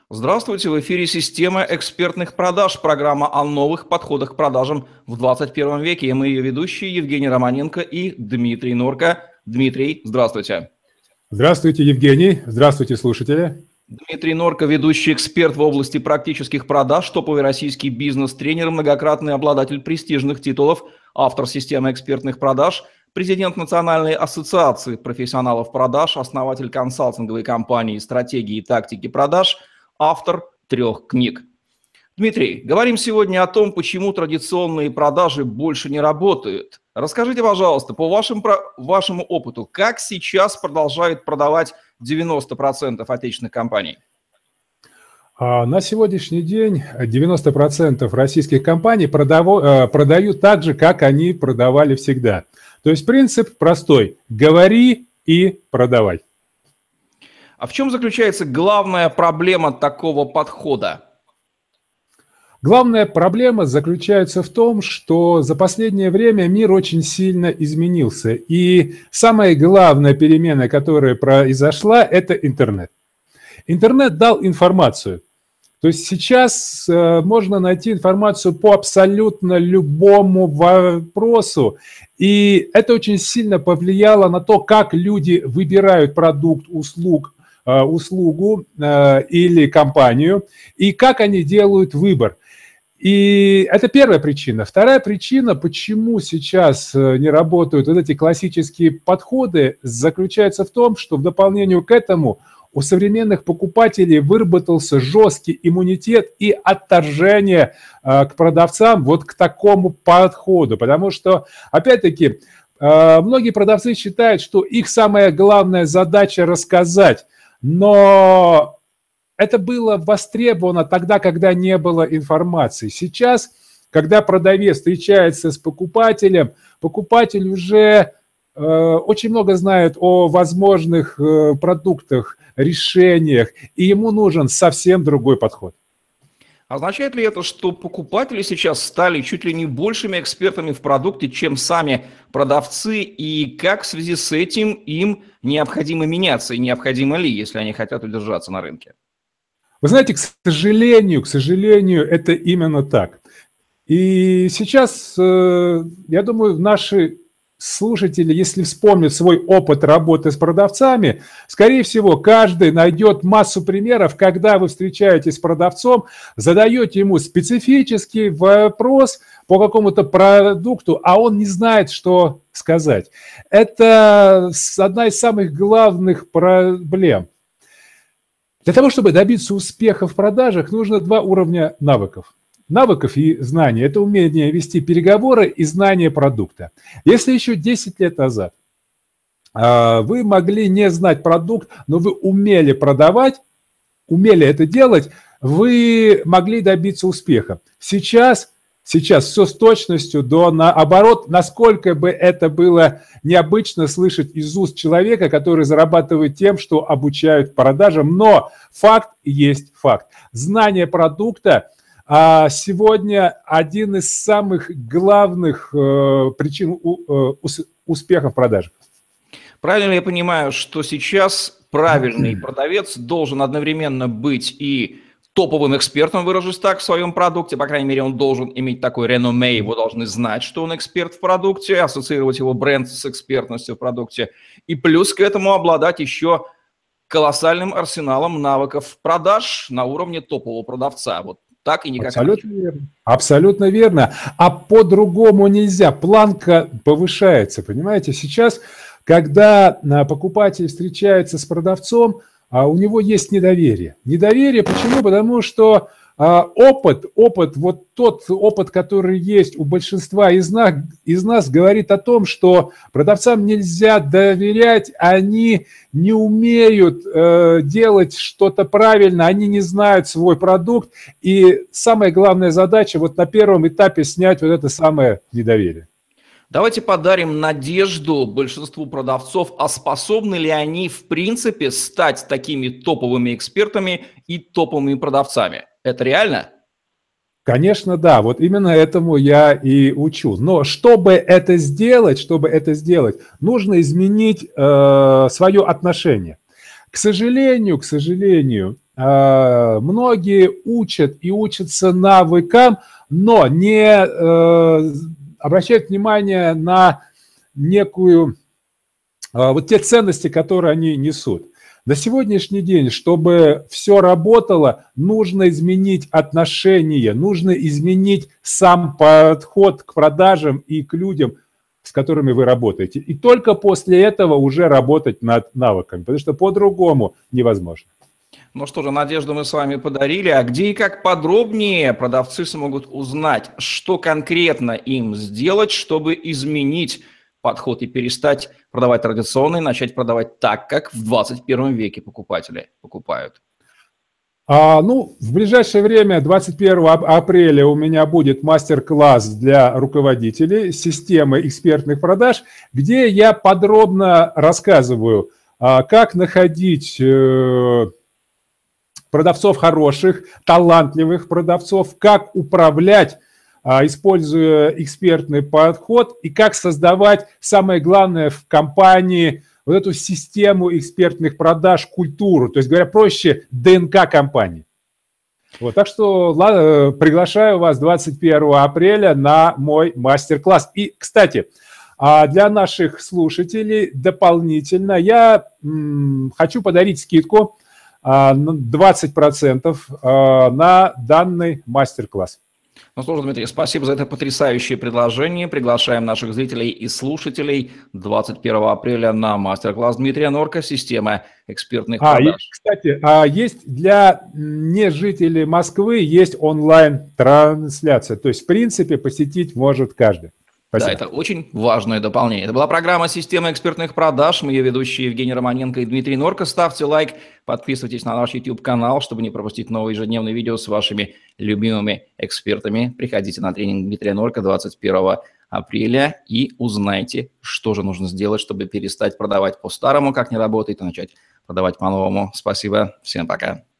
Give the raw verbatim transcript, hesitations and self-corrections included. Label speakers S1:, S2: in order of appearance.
S1: Здравствуйте, в эфире «Система экспертных продаж», программа о новых подходах к продажам в двадцать первом веке. И мы ее ведущие Евгений Романенко и Дмитрий Норко. Дмитрий, здравствуйте.
S2: Здравствуйте, Евгений. Здравствуйте, слушатели.
S1: Дмитрий Норко, ведущий эксперт в области практических продаж, топовый российский бизнес-тренер, многократный обладатель престижных титулов, автор системы экспертных продаж, президент Национальной ассоциации профессионалов продаж, основатель консалтинговой компании «Стратегии и тактики продаж», автор трех книг. Дмитрий, говорим сегодня о том, почему традиционные продажи больше не работают. Расскажите, пожалуйста, по вашим, вашему опыту, как сейчас продолжают продавать девяносто процентов отечественных компаний?
S2: На сегодняшний день девяносто процентов российских компаний продав... продают так же, как они продавали всегда. То есть принцип простой: говори и продавай.
S1: А в чем заключается главная проблема такого подхода?
S2: Главная проблема заключается в том, что за последнее время мир очень сильно изменился. И самая главная перемена, которая произошла, это интернет. Интернет дал информацию. То есть сейчас э, можно найти информацию по абсолютно любому вопросу. И это очень сильно повлияло на то, как люди выбирают продукт, услуг, э, услугу э, или компанию, и как они делают выбор. И это первая причина. Вторая причина, почему сейчас не работают вот эти классические подходы, заключается в том, что в дополнение к этому у современных покупателей выработался жесткий иммунитет и отторжение э, к продавцам вот к такому подходу. Потому что, опять-таки, э, многие продавцы считают, что их самая главная задача рассказать, но это было востребовано тогда, когда не было информации. Сейчас, когда продавец встречается с покупателем, покупатель уже э, очень много знает о возможных э, продуктах, решениях, и ему нужен совсем другой подход.
S1: Означает ли это, что покупатели сейчас стали чуть ли не большими экспертами в продукте, чем сами продавцы, и как в связи с этим им необходимо меняться, и необходимо ли, если они хотят удержаться на рынке?
S2: Вы знаете, к сожалению, к сожалению, это именно так. И сейчас, я думаю, наши слушатели, если вспомнят свой опыт работы с продавцами, скорее всего, каждый найдет массу примеров, когда вы встречаетесь с продавцом, задаете ему специфический вопрос по какому-то продукту, а он не знает, что сказать. Это одна из самых главных проблем. Для того, чтобы добиться успеха в продажах, нужно два уровня навыков. Навыков и знаний – это умение вести переговоры и знание продукта. Если еще десять лет назад вы могли не знать продукт, но вы умели продавать, умели это делать, вы могли добиться успеха. Сейчас, сейчас все с точностью до наоборот, насколько бы это было необычно слышать из уст человека, который зарабатывает тем, что обучают продажам, но факт есть факт. Знание продукта а сегодня один из самых главных э, причин у, э, успеха в продажах.
S1: Правильно ли я понимаю, что сейчас правильный продавец должен одновременно быть и топовым экспертом, выражусь так, в своем продукте, по крайней мере, он должен иметь такое реноме, его должны знать, что он эксперт в продукте, ассоциировать его бренд с экспертностью в продукте, и плюс к этому обладать еще колоссальным арсеналом навыков продаж на уровне топового продавца. Вот. Так и никак.
S2: Абсолютно верно. Абсолютно верно. А по-другому нельзя. Планка повышается. Понимаете, сейчас, когда покупатель встречается с продавцом, у него есть недоверие. Недоверие почему? Потому что опыт, опыт, вот тот опыт, который есть у большинства из нас, из нас, говорит о том, что продавцам нельзя доверять, они не умеют э, делать что-то правильно, они не знают свой продукт, и самая главная задача вот на первом этапе снять вот это самое недоверие.
S1: Давайте подарим надежду большинству продавцов, а способны ли они в принципе стать такими топовыми экспертами и топовыми продавцами? Это реально?
S2: Конечно, да. Вот именно этому я и учу. Но чтобы это сделать, чтобы это сделать, нужно изменить э, свое отношение. К сожалению, к сожалению, э, многие учат и учатся навыкам, но не э, обращают внимание на некую, э, вот те ценности, которые они несут. На сегодняшний день, чтобы все работало, нужно изменить отношения, нужно изменить сам подход к продажам и к людям, с которыми вы работаете. И только после этого уже работать над навыками, потому что по-другому невозможно.
S1: Ну что же, надежду мы с вами подарили. А где и как подробнее продавцы смогут узнать, что конкретно им сделать, чтобы изменить подход и перестать продавать традиционно и начать продавать так, как в двадцать первом веке покупатели покупают?
S2: А, ну, в ближайшее время, двадцать первого апреля, у меня будет мастер-класс для руководителей системы экспертных продаж, где я подробно рассказываю, а, как находить э, продавцов хороших, талантливых продавцов, как управлять, используя экспертный подход, и как создавать, самое главное, в компании вот эту систему экспертных продаж, культуру, то есть, говоря проще, ДНК компании. Вот, так что ладно, приглашаю вас двадцать первого апреля на мой мастер-класс. И, кстати, для наших слушателей дополнительно я м, хочу подарить скидку двадцать процентов на данный мастер-класс.
S1: Ну что ж, Дмитрий, спасибо за это потрясающее предложение. Приглашаем наших зрителей и слушателей двадцать первого апреля на мастер-класс Дмитрия Норка «Система экспертных
S2: а,
S1: продаж».
S2: И, кстати, а есть для нежителей Москвы есть онлайн-трансляция. То есть, в принципе, посетить может каждый. Спасибо.
S1: Да, это очень важное дополнение. Это была программа «Система экспертных продаж». Мы ее ведущие Евгений Романенко и Дмитрий Норка. Ставьте лайк, подписывайтесь на наш YouTube-канал, чтобы не пропустить новые ежедневные видео с вашими любимыми экспертами. Приходите на тренинг Дмитрия Норка двадцать первого апреля и узнайте, что же нужно сделать, чтобы перестать продавать по-старому, как не работает, и начать продавать по-новому. Спасибо, всем пока.